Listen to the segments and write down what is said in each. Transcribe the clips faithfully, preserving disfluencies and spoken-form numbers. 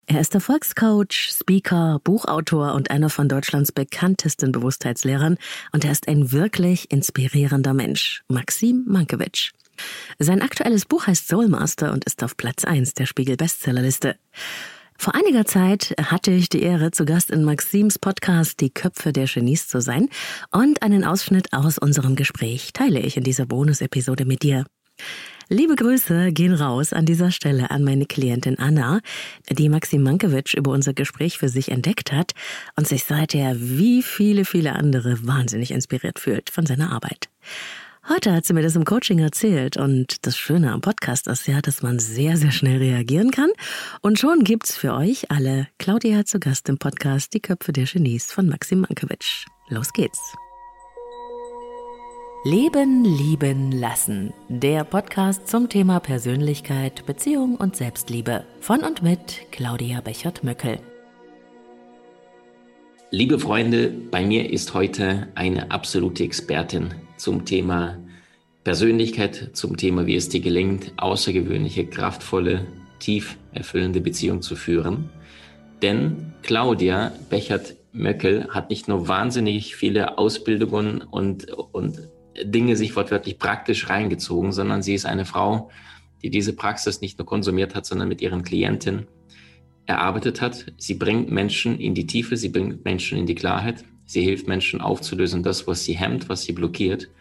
Er ist Erfolgscoach, Speaker, Buchautor und einer von Deutschlands bekanntesten Bewusstheitslehrern und er ist ein wirklich inspirierender Mensch, Maxim Mankiewicz. Sein aktuelles Buch heißt Soulmaster und ist auf Platz eins der Spiegel-Bestsellerliste. Vor einiger Zeit hatte ich die Ehre, zu Gast in Maxims Podcast Die Köpfe der Genies zu sein und einen Ausschnitt aus unserem Gespräch teile ich in dieser Bonus-Episode mit dir. Liebe Grüße gehen raus an dieser Stelle an meine Klientin Anna, die Maxim Mankiewicz über unser Gespräch für sich entdeckt hat und sich seither wie viele, viele andere wahnsinnig inspiriert fühlt von seiner Arbeit. Heute hat sie mir das im Coaching erzählt und das Schöne am Podcast ist ja, dass man sehr, sehr schnell reagieren kann und schon gibt's für euch alle Claudia zu Gast im Podcast Die Köpfe der Genies von Maxim Mankiewicz. Los geht's! Leben, lieben, lassen. Der Podcast zum Thema Persönlichkeit, Beziehung und Selbstliebe. Von und mit Claudia Bechert-Möckel. Liebe Freunde, bei mir ist heute eine absolute Expertin zum Thema Persönlichkeit, zum Thema, wie es dir gelingt, außergewöhnliche, kraftvolle, tief erfüllende Beziehungen zu führen. Denn Claudia Bechert-Möckel hat nicht nur wahnsinnig viele Ausbildungen und, und Dinge sich wortwörtlich praktisch reingezogen, sondern sie ist eine Frau, die diese Praxis nicht nur konsumiert hat, sondern mit ihren Klienten erarbeitet hat. Sie bringt Menschen in die Tiefe, sie bringt Menschen in die Klarheit, sie hilft Menschen aufzulösen, das, was sie hemmt, was sie blockiert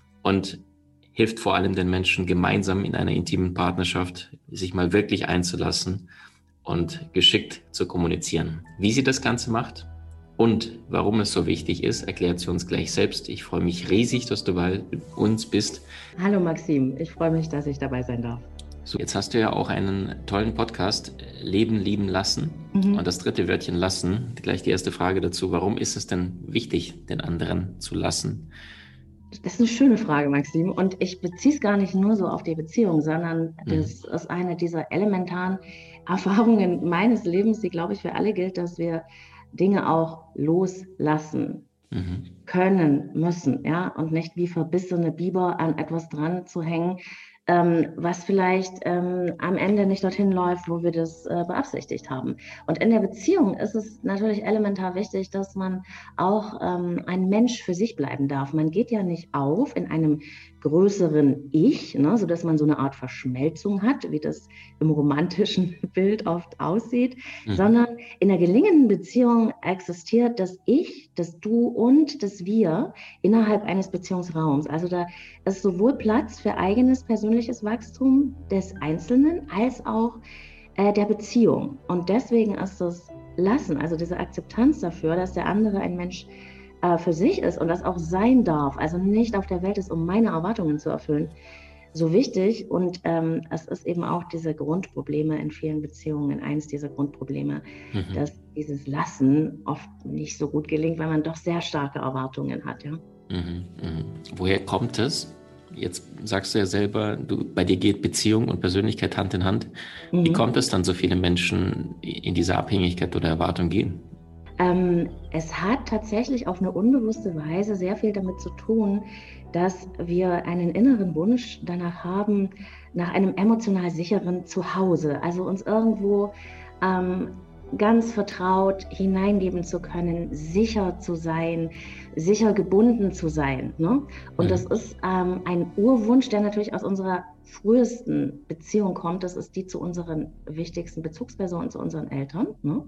und hilft vor allem den Menschen gemeinsam in einer intimen Partnerschaft, sich mal wirklich einzulassen und geschickt zu kommunizieren. Wie sie das Ganze macht und warum es so wichtig ist, erklärt sie uns gleich selbst. Ich freue mich riesig, dass du bei uns bist. Hallo Maxim, ich freue mich, dass ich dabei sein darf. So, jetzt hast du ja auch einen tollen Podcast, Leben, lieben, lassen. Mhm. Und das dritte Wörtchen lassen, gleich die erste Frage dazu. Warum ist es denn wichtig, den anderen zu lassen? Das ist eine schöne Frage, Maxim. Und ich beziehe es gar nicht nur so auf die Beziehung, sondern mhm. das ist eine dieser elementaren Erfahrungen meines Lebens, die, glaube ich, für alle gilt, dass wir Dinge auch loslassen mhm. können, müssen, ja, und nicht wie verbissene Biber an etwas dran zu hängen, ähm, was vielleicht ähm, am Ende nicht dorthin läuft, wo wir das äh, beabsichtigt haben. Und in der Beziehung ist es natürlich elementar wichtig, dass man auch ähm, ein Mensch für sich bleiben darf. Man geht ja nicht auf in einem größeren Ich, ne, sodass man so eine Art Verschmelzung hat, wie das im romantischen Bild oft aussieht, mhm. sondern in einer gelingenden Beziehung existiert das Ich, das Du und das Wir innerhalb eines Beziehungsraums. Also da ist sowohl Platz für eigenes persönliches Wachstum des Einzelnen als auch äh, der Beziehung. Und deswegen ist das Lassen, also diese Akzeptanz dafür, dass der andere ein Mensch äh, für sich ist und das auch sein darf, also nicht auf der Welt ist, um meine Erwartungen zu erfüllen, so wichtig. Und ähm, es ist eben auch diese Grundprobleme in vielen Beziehungen, eins dieser Grundprobleme, mhm. dass dieses Lassen oft nicht so gut gelingt, weil man doch sehr starke Erwartungen hat. Ja? Mhm, mh. Woher kommt es? Jetzt sagst du ja selber, du, bei dir geht Beziehung und Persönlichkeit Hand in Hand. Mhm. Wie kommt es dann, so viele Menschen in diese Abhängigkeit oder Erwartung gehen? Ähm, es hat tatsächlich auf eine unbewusste Weise sehr viel damit zu tun, dass wir einen inneren Wunsch danach haben, nach einem emotional sicheren Zuhause, also uns irgendwo ähm, ganz vertraut hineingeben zu können, sicher zu sein, sicher gebunden zu sein. Ne? Und mhm. das ist ähm, ein Urwunsch, der natürlich aus unserer frühesten Beziehung kommt. Das ist die zu unseren wichtigsten Bezugspersonen, zu unseren Eltern. Ne?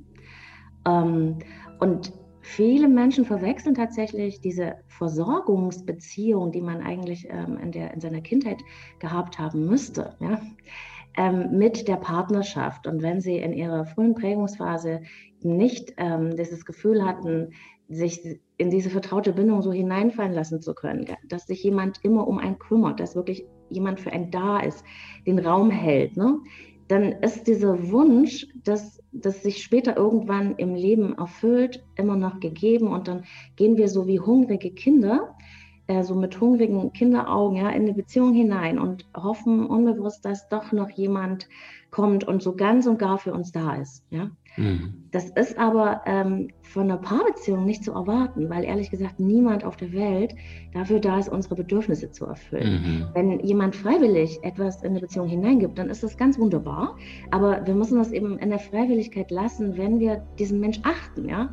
Ähm, und viele Menschen verwechseln tatsächlich diese Versorgungsbeziehung, die man eigentlich ähm, in, der, in seiner Kindheit gehabt haben müsste, ja, ähm, mit der Partnerschaft. Und wenn sie in ihrer frühen Prägungsphase nicht ähm, dieses Gefühl hatten, sich in diese vertraute Bindung so hineinfallen lassen zu können, dass sich jemand immer um einen kümmert, dass wirklich jemand für einen da ist, den Raum hält, ne? Dann ist dieser Wunsch, dass das sich später irgendwann im Leben erfüllt, immer noch gegeben. Und dann gehen wir so wie hungrige Kinder, äh, so mit hungrigen Kinderaugen, ja, in eine Beziehung hinein und hoffen unbewusst, dass doch noch jemand kommt und so ganz und gar für uns da ist. Ja? Mhm. Das ist aber ähm, von einer Paarbeziehung nicht zu erwarten, weil ehrlich gesagt niemand auf der Welt dafür da ist, unsere Bedürfnisse zu erfüllen. Mhm. Wenn jemand freiwillig etwas in eine Beziehung hineingibt, dann ist das ganz wunderbar, aber wir müssen das eben in der Freiwilligkeit lassen, wenn wir diesen Mensch achten, ja.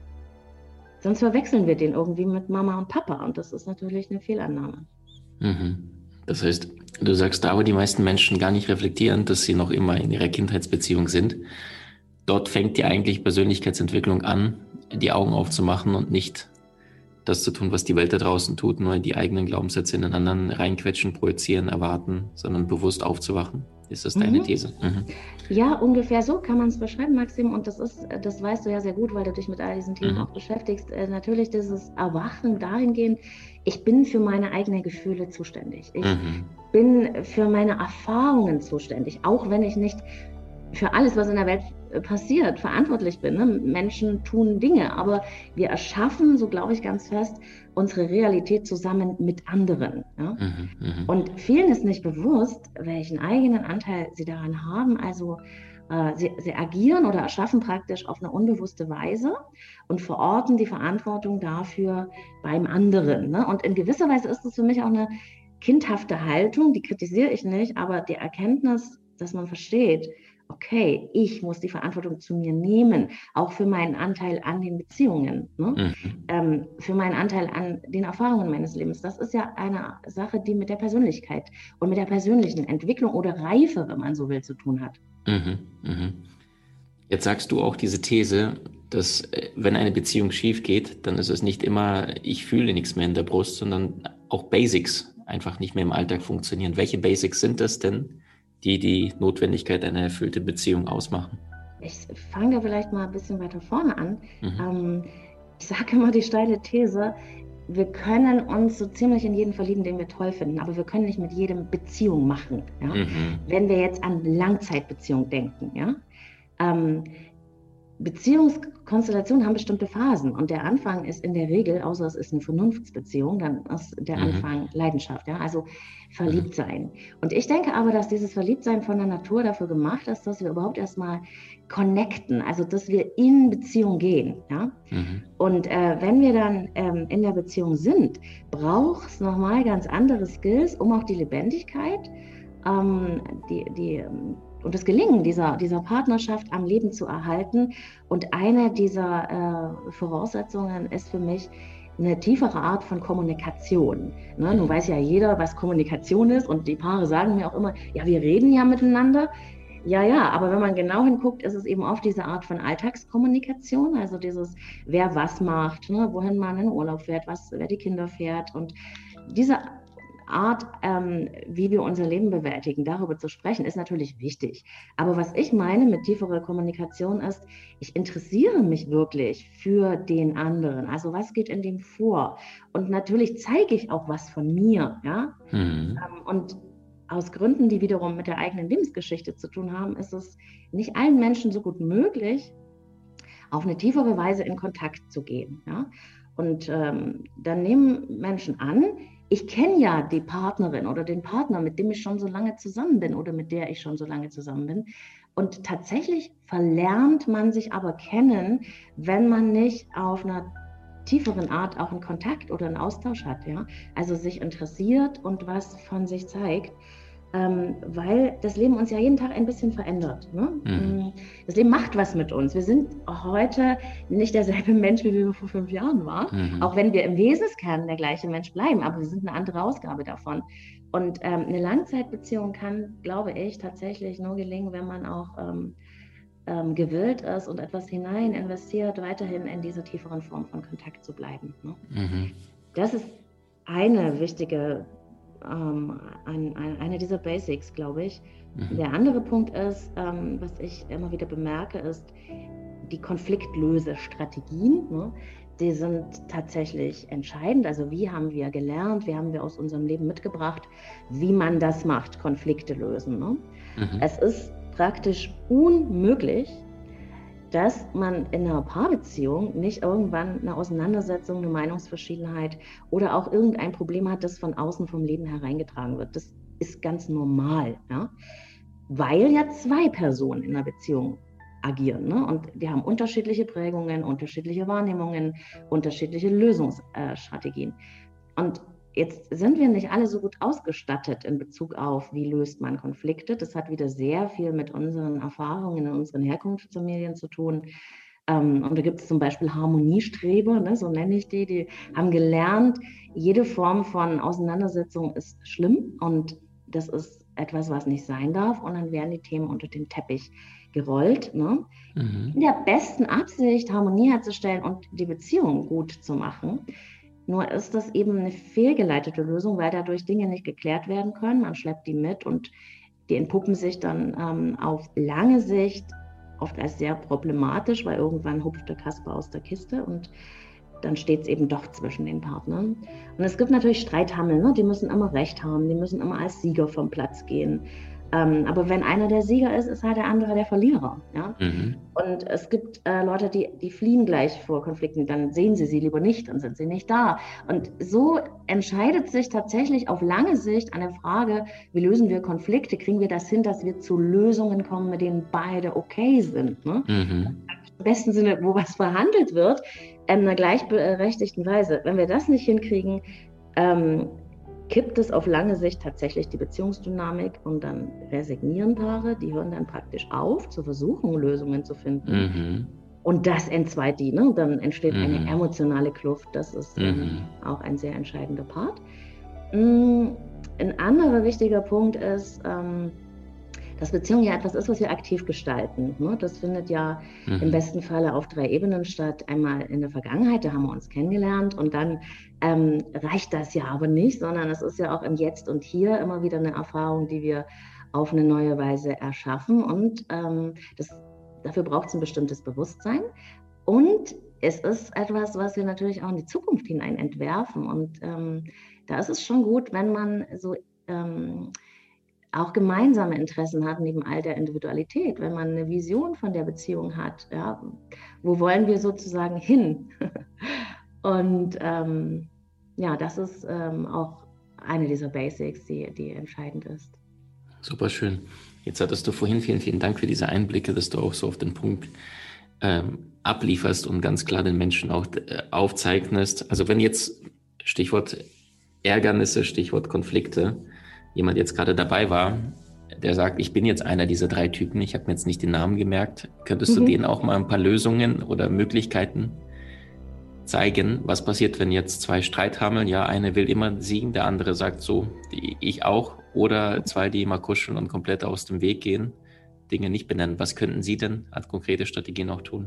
Sonst verwechseln wir den irgendwie mit Mama und Papa und das ist natürlich eine Fehlannahme. Mhm. Das heißt, du sagst da, wo die meisten Menschen gar nicht reflektieren, dass sie noch immer in ihrer Kindheitsbeziehung sind. Dort fängt die eigentlich Persönlichkeitsentwicklung an, die Augen aufzumachen und nicht das zu tun, was die Welt da draußen tut, nur die eigenen Glaubenssätze in den anderen reinquetschen, projizieren, erwarten, sondern bewusst aufzuwachen. Ist das deine mhm. These? Mhm. Ja, ungefähr so kann man es beschreiben, Maxim. Und das ist, das weißt du ja sehr gut, weil du dich mit all diesen Themen mhm. auch beschäftigst. Äh, natürlich dieses Erwachen dahingehend, ich bin für meine eigenen Gefühle zuständig. Ich mhm. bin für meine Erfahrungen zuständig, auch wenn ich nicht für alles, was in der Welt passiert, verantwortlich bin. Ne? Menschen tun Dinge, aber wir erschaffen, so glaube ich ganz fest, unsere Realität zusammen mit anderen. Ja? Mhm, mh. Und vielen ist nicht bewusst, welchen eigenen Anteil sie daran haben. Also äh, sie, sie agieren oder erschaffen praktisch auf eine unbewusste Weise und verorten die Verantwortung dafür beim anderen. Ne? Und in gewisser Weise ist es für mich auch eine kindhafte Haltung, die kritisiere ich nicht, aber die Erkenntnis, dass man versteht, okay, ich muss die Verantwortung zu mir nehmen, auch für meinen Anteil an den Beziehungen, ne? Mhm. ähm, für meinen Anteil an den Erfahrungen meines Lebens. Das ist ja eine Sache, die mit der Persönlichkeit und mit der persönlichen Entwicklung oder Reife, wenn man so will, zu tun hat. Mhm. Mhm. Jetzt sagst du auch diese These, dass wenn eine Beziehung schief geht, dann ist es nicht immer, ich fühle nichts mehr in der Brust, sondern auch Basics einfach nicht mehr im Alltag funktionieren. Welche Basics sind das denn, die die Notwendigkeit einer erfüllten Beziehung ausmachen? Ich fange da vielleicht mal ein bisschen weiter vorne an. Mhm. Ähm, ich sage immer die steile These, wir können uns so ziemlich in jeden verlieben, den wir toll finden, aber wir können nicht mit jedem Beziehung machen. Ja? Mhm. Wenn wir jetzt an Langzeitbeziehung denken, ja? Ähm, Beziehungskonstellationen haben bestimmte Phasen und der Anfang ist in der Regel, außer es ist eine Vernunftsbeziehung, dann ist der mhm. Anfang Leidenschaft, ja, also verliebt sein. Und ich denke aber, dass dieses Verliebtsein von der Natur dafür gemacht ist, dass wir überhaupt erstmal connecten, also dass wir in Beziehung gehen, ja. Mhm. Und äh, wenn wir dann ähm, in der Beziehung sind, braucht es nochmal ganz andere Skills, um auch die Lebendigkeit, ähm, die, die und das Gelingen dieser, dieser Partnerschaft am Leben zu erhalten. Und eine dieser äh, Voraussetzungen ist für mich eine tiefere Art von Kommunikation. Ne? Nun weiß ja jeder, was Kommunikation ist und die Paare sagen mir auch immer, ja, wir reden ja miteinander. Ja, ja, aber wenn man genau hinguckt, ist es eben oft diese Art von Alltagskommunikation, also dieses, wer was macht, ne? Wohin man in Urlaub fährt, was, wer die Kinder fährt und diese Art, ähm, wie wir unser Leben bewältigen, darüber zu sprechen, ist natürlich wichtig. Aber was ich meine mit tieferer Kommunikation ist, ich interessiere mich wirklich für den anderen. Also was geht in dem vor? Und natürlich zeige ich auch was von mir. Ja? Mhm. Ähm, und aus Gründen, die wiederum mit der eigenen Lebensgeschichte zu tun haben, ist es nicht allen Menschen so gut möglich, auf eine tiefere Weise in Kontakt zu gehen. Ja? Und ähm, dann nehmen Menschen an, ich kenne ja die Partnerin oder den Partner, mit dem ich schon so lange zusammen bin oder mit der ich schon so lange zusammen bin. Und tatsächlich verlernt man sich aber kennen, wenn man nicht auf einer tieferen Art auch einen Kontakt oder einen Austausch hat. Ja? Also sich interessiert und was von sich zeigt. Ähm, weil das Leben uns ja jeden Tag ein bisschen verändert. Ne? Mhm. Das Leben macht was mit uns. Wir sind heute nicht derselbe Mensch, wie wir vor fünf Jahren waren, mhm. auch wenn wir im Wesenskern der gleiche Mensch bleiben, aber wir sind eine andere Ausgabe davon. Und ähm, eine Langzeitbeziehung kann, glaube ich, tatsächlich nur gelingen, wenn man auch ähm, ähm, gewillt ist und etwas hinein investiert, weiterhin in dieser tieferen Form von Kontakt zu bleiben. Ne? Mhm. Das ist eine wichtige Ähm, ein, ein, eine dieser Basics, glaube ich. Mhm. Der andere Punkt ist, ähm, was ich immer wieder bemerke, ist die Konfliktlösestrategien. Ne? Die sind tatsächlich entscheidend. Also wie haben wir gelernt, wie haben wir aus unserem Leben mitgebracht, wie man das macht, Konflikte lösen. Ne? Mhm. Es ist praktisch unmöglich, dass man in einer Paarbeziehung nicht irgendwann eine Auseinandersetzung, eine Meinungsverschiedenheit oder auch irgendein Problem hat, das von außen vom Leben hereingetragen wird. Das ist ganz normal. Ja? weil ja zwei Personen in einer Beziehung agieren, ne? Und die haben unterschiedliche Prägungen, unterschiedliche Wahrnehmungen, unterschiedliche Lösungsstrategien. Und jetzt sind wir nicht alle so gut ausgestattet in Bezug auf, wie löst man Konflikte. Das hat wieder sehr viel mit unseren Erfahrungen in unseren Herkunftsfamilien zu tun. Und da gibt es zum Beispiel Harmoniestreber, ne, so nenne ich die, die haben gelernt, jede Form von Auseinandersetzung ist schlimm und das ist etwas, was nicht sein darf. Und dann werden die Themen unter den Teppich gerollt, ne? Mhm. In der besten Absicht, Harmonie herzustellen und die Beziehung gut zu machen. Nur ist das eben eine fehlgeleitete Lösung, weil dadurch Dinge nicht geklärt werden können. Man schleppt die mit und die entpuppen sich dann ähm, auf lange Sicht oft als sehr problematisch, weil irgendwann hupft der Kasper aus der Kiste und dann steht es eben doch zwischen den Partnern. Und es gibt natürlich Streithammel, ne? Die müssen immer Recht haben, die müssen immer als Sieger vom Platz gehen. Ähm, aber wenn einer der Sieger ist, ist halt der andere der Verlierer. Ja? Mhm. Und es gibt äh, Leute, die, die fliehen gleich vor Konflikten, dann sehen sie sie lieber nicht, dann sind sie nicht da. Und so entscheidet sich tatsächlich auf lange Sicht an der Frage, wie lösen wir Konflikte, kriegen wir das hin, dass wir zu Lösungen kommen, mit denen beide okay sind. Ne? Mhm. Im besten Sinne, wo was verhandelt wird, in einer gleichberechtigten Weise. Wenn wir das nicht hinkriegen, ähm, kippt es auf lange Sicht tatsächlich die Beziehungsdynamik und dann resignieren Paare, die hören dann praktisch auf, zu versuchen, Lösungen zu finden. Mhm. Und das entzweit die, ne? Dann entsteht mhm. eine emotionale Kluft, das ist mhm. ähm, auch ein sehr entscheidender Part. Ein anderer wichtiger Punkt ist, ähm, dass Beziehung ja etwas ist, was wir aktiv gestalten. Ne? Das findet ja mhm. im besten Falle auf drei Ebenen statt. Einmal in der Vergangenheit, da haben wir uns kennengelernt und dann ähm, reicht das ja aber nicht, sondern es ist ja auch im Jetzt und Hier immer wieder eine Erfahrung, die wir auf eine neue Weise erschaffen und ähm, das, dafür braucht es ein bestimmtes Bewusstsein und es ist etwas, was wir natürlich auch in die Zukunft hinein entwerfen und ähm, da ist es schon gut, wenn man so ähm, auch gemeinsame Interessen hat, neben all der Individualität, wenn man eine Vision von der Beziehung hat, ja, wo wollen wir sozusagen hin? Und ähm, ja, das ist ähm, auch eine dieser Basics, die, die entscheidend ist. Super schön. Jetzt hattest du vorhin, vielen, vielen Dank für diese Einblicke, dass du auch so auf den Punkt ähm, ablieferst und ganz klar den Menschen auch äh, aufzeichnest. Also wenn jetzt, Stichwort Ärgernisse, Stichwort Konflikte, jemand jetzt gerade dabei war, der sagt, ich bin jetzt einer dieser drei Typen, ich habe mir jetzt nicht den Namen gemerkt, könntest mhm. du denen auch mal ein paar Lösungen oder Möglichkeiten zeigen, was passiert, wenn jetzt zwei Streithameln, ja, eine will immer siegen, der andere sagt so, ich auch, oder zwei, die immer kuscheln und komplett aus dem Weg gehen, Dinge nicht benennen. Was könnten Sie denn als konkrete Strategien auch tun?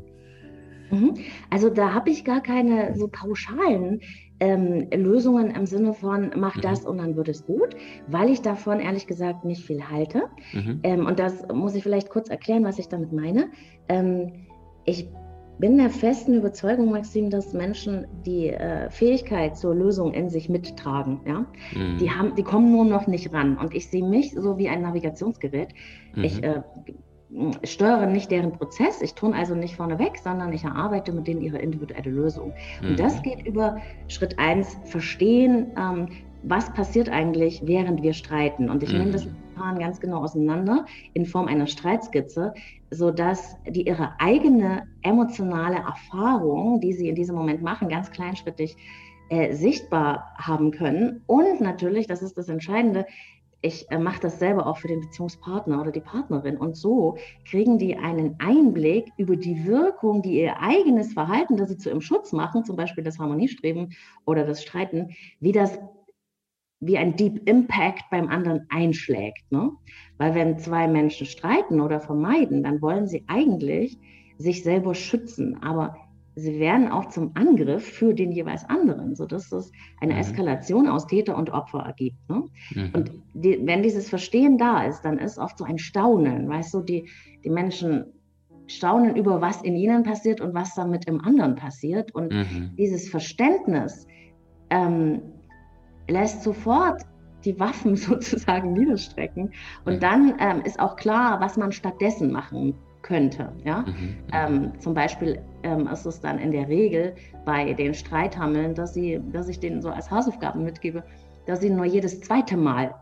Also da habe ich gar keine so pauschalen ähm, Lösungen im Sinne von mach mhm. das und dann wird es gut, weil ich davon ehrlich gesagt nicht viel halte. Mhm. Ähm, und das muss ich vielleicht kurz erklären, was ich damit meine. Ähm, ich bin der festen Überzeugung, Maxim, dass Menschen die äh, Fähigkeit zur Lösung in sich mittragen. Ja? Mhm. Die, haben, die kommen nur noch nicht ran. Und ich sehe mich so wie ein Navigationsgerät. Mhm. Ich äh, steuere nicht deren Prozess, ich tue also nicht vorneweg, sondern ich erarbeite mit denen ihre individuelle Lösung. Mhm. Und das geht über Schritt eins, verstehen, ähm, was passiert eigentlich, während wir streiten. Und ich mhm. nehme das mit Paaren ganz genau auseinander in Form einer Streitskizze, sodass die ihre eigene emotionale Erfahrung, die sie in diesem Moment machen, ganz kleinschrittig äh, sichtbar haben können. Und natürlich, das ist das Entscheidende, ich äh, mache das selber auch für den Beziehungspartner oder die Partnerin. Und so kriegen die einen Einblick über die Wirkung, die ihr eigenes Verhalten, das sie zu ihrem Schutz machen, zum Beispiel das Harmoniestreben oder das Streiten, wie das wie ein Deep Impact beim anderen einschlägt. Ne? Weil wenn zwei Menschen streiten oder vermeiden, dann wollen sie eigentlich sich selber schützen. Aber sie werden auch zum Angriff für den jeweils anderen, sodass es eine mhm. Eskalation aus Täter und Opfer ergibt. Ne? Mhm. Und die, wenn dieses Verstehen da ist, dann ist oft so ein Staunen. Weißt du, die, die Menschen staunen über, was in ihnen passiert und was damit im anderen passiert. Und mhm. dieses Verständnis ähm, lässt sofort die Waffen sozusagen niederstrecken. Und mhm. dann ähm, ist auch klar, was man stattdessen machen könnte. Ja? Mhm. Ähm, zum Beispiel ähm, ist es dann in der Regel bei den Streithammeln, dass, sie, dass ich denen so als Hausaufgaben mitgebe, dass sie nur jedes zweite Mal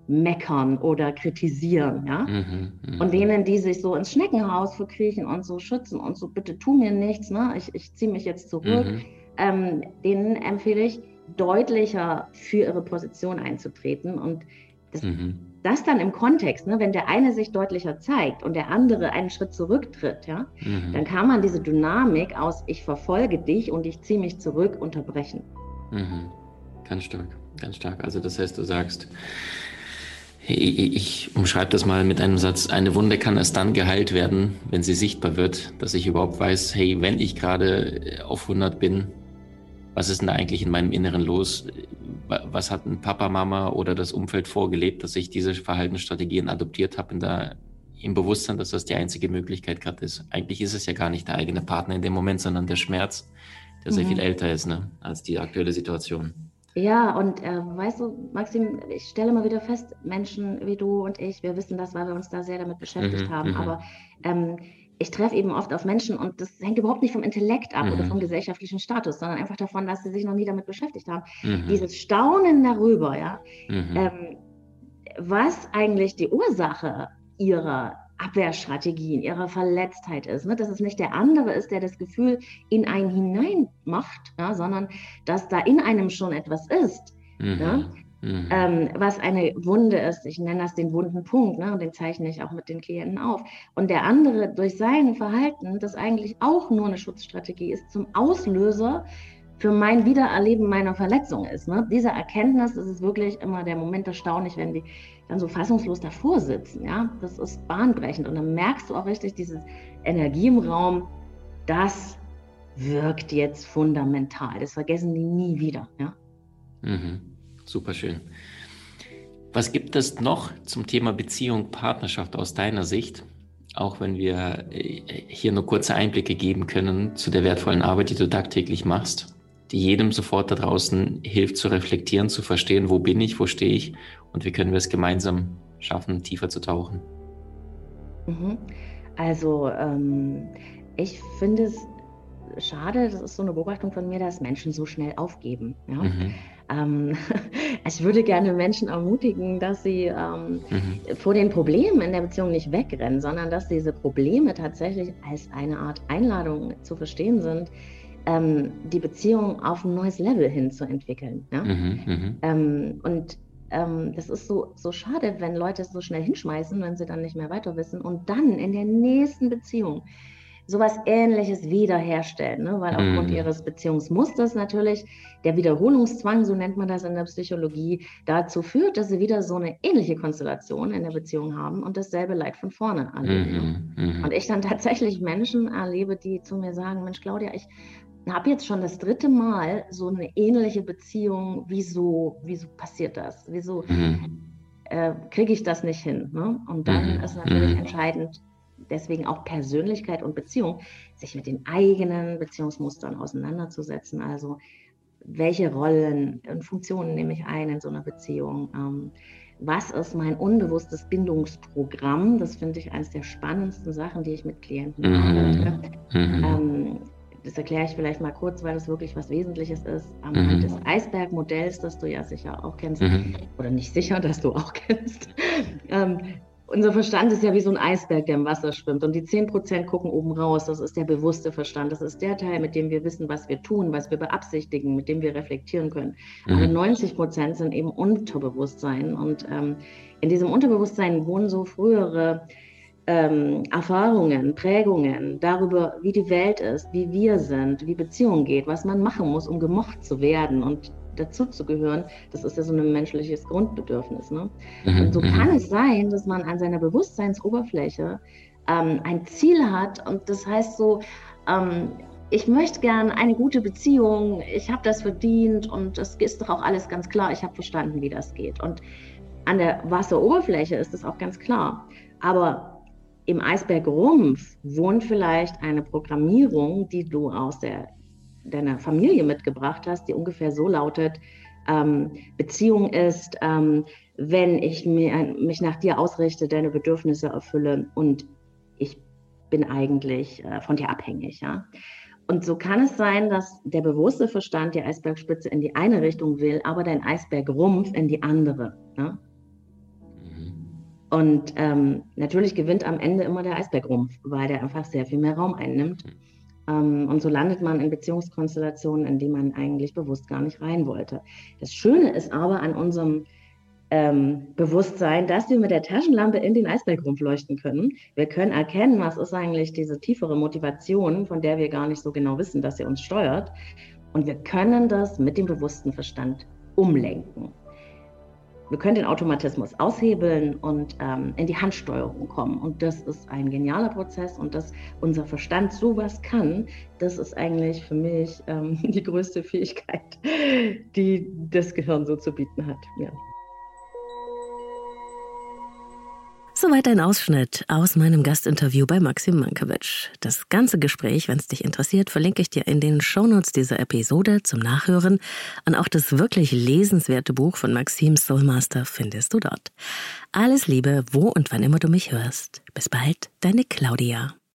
meckern oder kritisieren, ja. Mhm, mhm. Und denen, die sich so ins Schneckenhaus verkriechen und so schützen und so, bitte tu mir nichts, ne? ich, ich ziehe mich jetzt zurück, Mhm. ähm, denen empfehle ich, deutlicher für ihre Position einzutreten. Und das, Mhm. das dann im Kontext, ne? Wenn der eine sich deutlicher zeigt und der andere einen Schritt zurücktritt, ja, Mhm. dann kann man diese Dynamik aus ich verfolge dich und ich ziehe mich zurück unterbrechen. Mhm. Ganz stark, ganz stark. Also das heißt, du sagst, ich umschreibe das mal mit einem Satz, eine Wunde kann erst dann geheilt werden, wenn sie sichtbar wird, dass ich überhaupt weiß, hey, wenn ich gerade auf hundert bin, was ist denn da eigentlich in meinem Inneren los? Was hat ein Papa, Mama oder das Umfeld vorgelebt, dass ich diese Verhaltensstrategien adoptiert habe, in der, im Bewusstsein, dass das die einzige Möglichkeit gerade ist. Eigentlich ist es ja gar nicht der eigene Partner in dem Moment, sondern der Schmerz, der sehr Mhm. viel älter ist, ne, als die aktuelle Situation. Ja, und äh, weißt du, Maxim, ich stelle mal wieder fest, Menschen wie du und ich, wir wissen das, weil wir uns da sehr damit beschäftigt Mhm, haben, mhm. aber ähm, ich treffe eben oft auf Menschen und das hängt überhaupt nicht vom Intellekt ab Mhm. oder vom gesellschaftlichen Status, sondern einfach davon, dass sie sich noch nie damit beschäftigt haben. Mhm. Dieses Staunen darüber, ja, Mhm. ähm, was eigentlich die Ursache ihrer Abwehrstrategien, ihrer Verletztheit ist, ne? Dass es nicht der andere ist, der das Gefühl in einen hinein macht, ja, sondern dass da in einem schon etwas ist, Mhm. ja? Mhm. Ähm, was eine Wunde ist. Ich nenne das den wunden Punkt, ne? Und den zeichne ich auch mit den Klienten auf. Und der andere durch sein Verhalten, das eigentlich auch nur eine Schutzstrategie ist, zum Auslöser für mein Wiedererleben meiner Verletzung ist. Ne? Diese Erkenntnis, das ist wirklich immer der Moment erstaunlich, wenn die dann so fassungslos davor sitzen. Ja? Das ist bahnbrechend. Und dann merkst du auch richtig, diese Energie im Raum, das wirkt jetzt fundamental. Das vergessen die nie wieder. Ja? Mhm. Super schön. Was gibt es noch zum Thema Beziehung, Partnerschaft aus deiner Sicht? Auch wenn wir hier nur kurze Einblicke geben können zu der wertvollen Arbeit, die du tagtäglich machst, die jedem sofort da draußen hilft zu reflektieren, zu verstehen, wo bin ich, wo stehe ich und wie können wir es gemeinsam schaffen, tiefer zu tauchen. Mhm. Also ähm, ich finde es schade, das ist so eine Beobachtung von mir, dass Menschen so schnell aufgeben. Ja? Mhm. Ähm, ich würde gerne Menschen ermutigen, dass sie ähm, Mhm. vor den Problemen in der Beziehung nicht wegrennen, sondern dass diese Probleme tatsächlich als eine Art Einladung zu verstehen sind, ähm, die Beziehung auf ein neues Level hin zu entwickeln. Ja? Mhm. Mhm. Ähm, und ähm, das ist so, so schade, wenn Leute es so schnell hinschmeißen, wenn sie dann nicht mehr weiter wissen und dann in der nächsten Beziehung sowas Ähnliches wiederherstellen, ne? Weil aufgrund Mhm. ihres Beziehungsmusters natürlich der Wiederholungszwang, so nennt man das in der Psychologie, dazu führt, dass sie wieder so eine ähnliche Konstellation in der Beziehung haben und dasselbe Leid von vorne erleben. Ne? Mhm. Mhm. Und ich dann tatsächlich Menschen erlebe, die zu mir sagen, Mensch, Claudia, ich habe jetzt schon das dritte Mal so eine ähnliche Beziehung. Wieso, wieso passiert das? Wieso Mhm. äh, kriege ich das nicht hin? Ne? Und dann Mhm. ist natürlich Mhm. entscheidend, deswegen auch Persönlichkeit und Beziehung, sich mit den eigenen Beziehungsmustern auseinanderzusetzen. Also welche Rollen und Funktionen nehme ich ein in so einer Beziehung? Ähm, was ist mein unbewusstes Bindungsprogramm? Das finde ich eines der spannendsten Sachen, die ich mit Klienten Mhm. arbeite. Mhm. Ähm, das erkläre ich vielleicht mal kurz, weil das wirklich was Wesentliches ist. Anhand Mhm. des Eisbergmodells, das du ja sicher auch kennst, Mhm. oder nicht sicher, dass du auch kennst. ähm, unser Verstand ist ja wie so ein Eisberg, der im Wasser schwimmt. Und die zehn Prozent gucken oben raus. Das ist der bewusste Verstand. Das ist der Teil, mit dem wir wissen, was wir tun, was wir beabsichtigen, mit dem wir reflektieren können. Mhm. Aber neunzig Prozent sind eben Unterbewusstsein. Und ähm, in diesem Unterbewusstsein wohnen so frühere ähm, Erfahrungen, Prägungen darüber, wie die Welt ist, wie wir sind, wie Beziehung geht, was man machen muss, um gemocht zu werden und dazu zu gehören. Das ist ja so ein menschliches Grundbedürfnis. Ne? Mhm. Und so kann Mhm. es sein, dass man an seiner Bewusstseinsoberfläche ähm, ein Ziel hat und das heißt so, ähm, ich möchte gern eine gute Beziehung, ich habe das verdient und es ist doch auch alles ganz klar, ich habe verstanden, wie das geht. Und an der Wasseroberfläche ist das auch ganz klar. Aber im Eisbergrumpf wohnt vielleicht eine Programmierung, die du aus der, deiner Familie mitgebracht hast, die ungefähr so lautet, ähm, Beziehung ist, ähm, wenn ich mir, mich nach dir ausrichte, deine Bedürfnisse erfülle und ich bin eigentlich äh, von dir abhängig. Ja? Und so kann es sein, dass der bewusste Verstand die Eisbergspitze in die eine Richtung will, aber dein Eisbergrumpf in die andere. Ja? Und ähm, natürlich gewinnt am Ende immer der Eisbergrumpf, weil der einfach sehr viel mehr Raum einnimmt. Ähm, und so landet man in Beziehungskonstellationen, in die man eigentlich bewusst gar nicht rein wollte. Das Schöne ist aber an unserem ähm, Bewusstsein, dass wir mit der Taschenlampe in den Eisbergrumpf leuchten können. Wir können erkennen, was ist eigentlich diese tiefere Motivation, von der wir gar nicht so genau wissen, dass sie uns steuert. Und wir können das mit dem bewussten Verstand umlenken. Wir können den Automatismus aushebeln und ähm, in die Handsteuerung kommen. Und das ist ein genialer Prozess. Und dass unser Verstand sowas kann, das ist eigentlich für mich ähm, die größte Fähigkeit, die das Gehirn so zu bieten hat. Ja. Soweit ein Ausschnitt aus meinem Gastinterview bei Maxim Mankiewicz. Das ganze Gespräch, wenn es dich interessiert, verlinke ich dir in den Shownotes dieser Episode zum Nachhören. Und auch das wirklich lesenswerte Buch von Maxim, Soul Master, findest du dort. Alles Liebe, wo und wann immer du mich hörst. Bis bald, deine Claudia.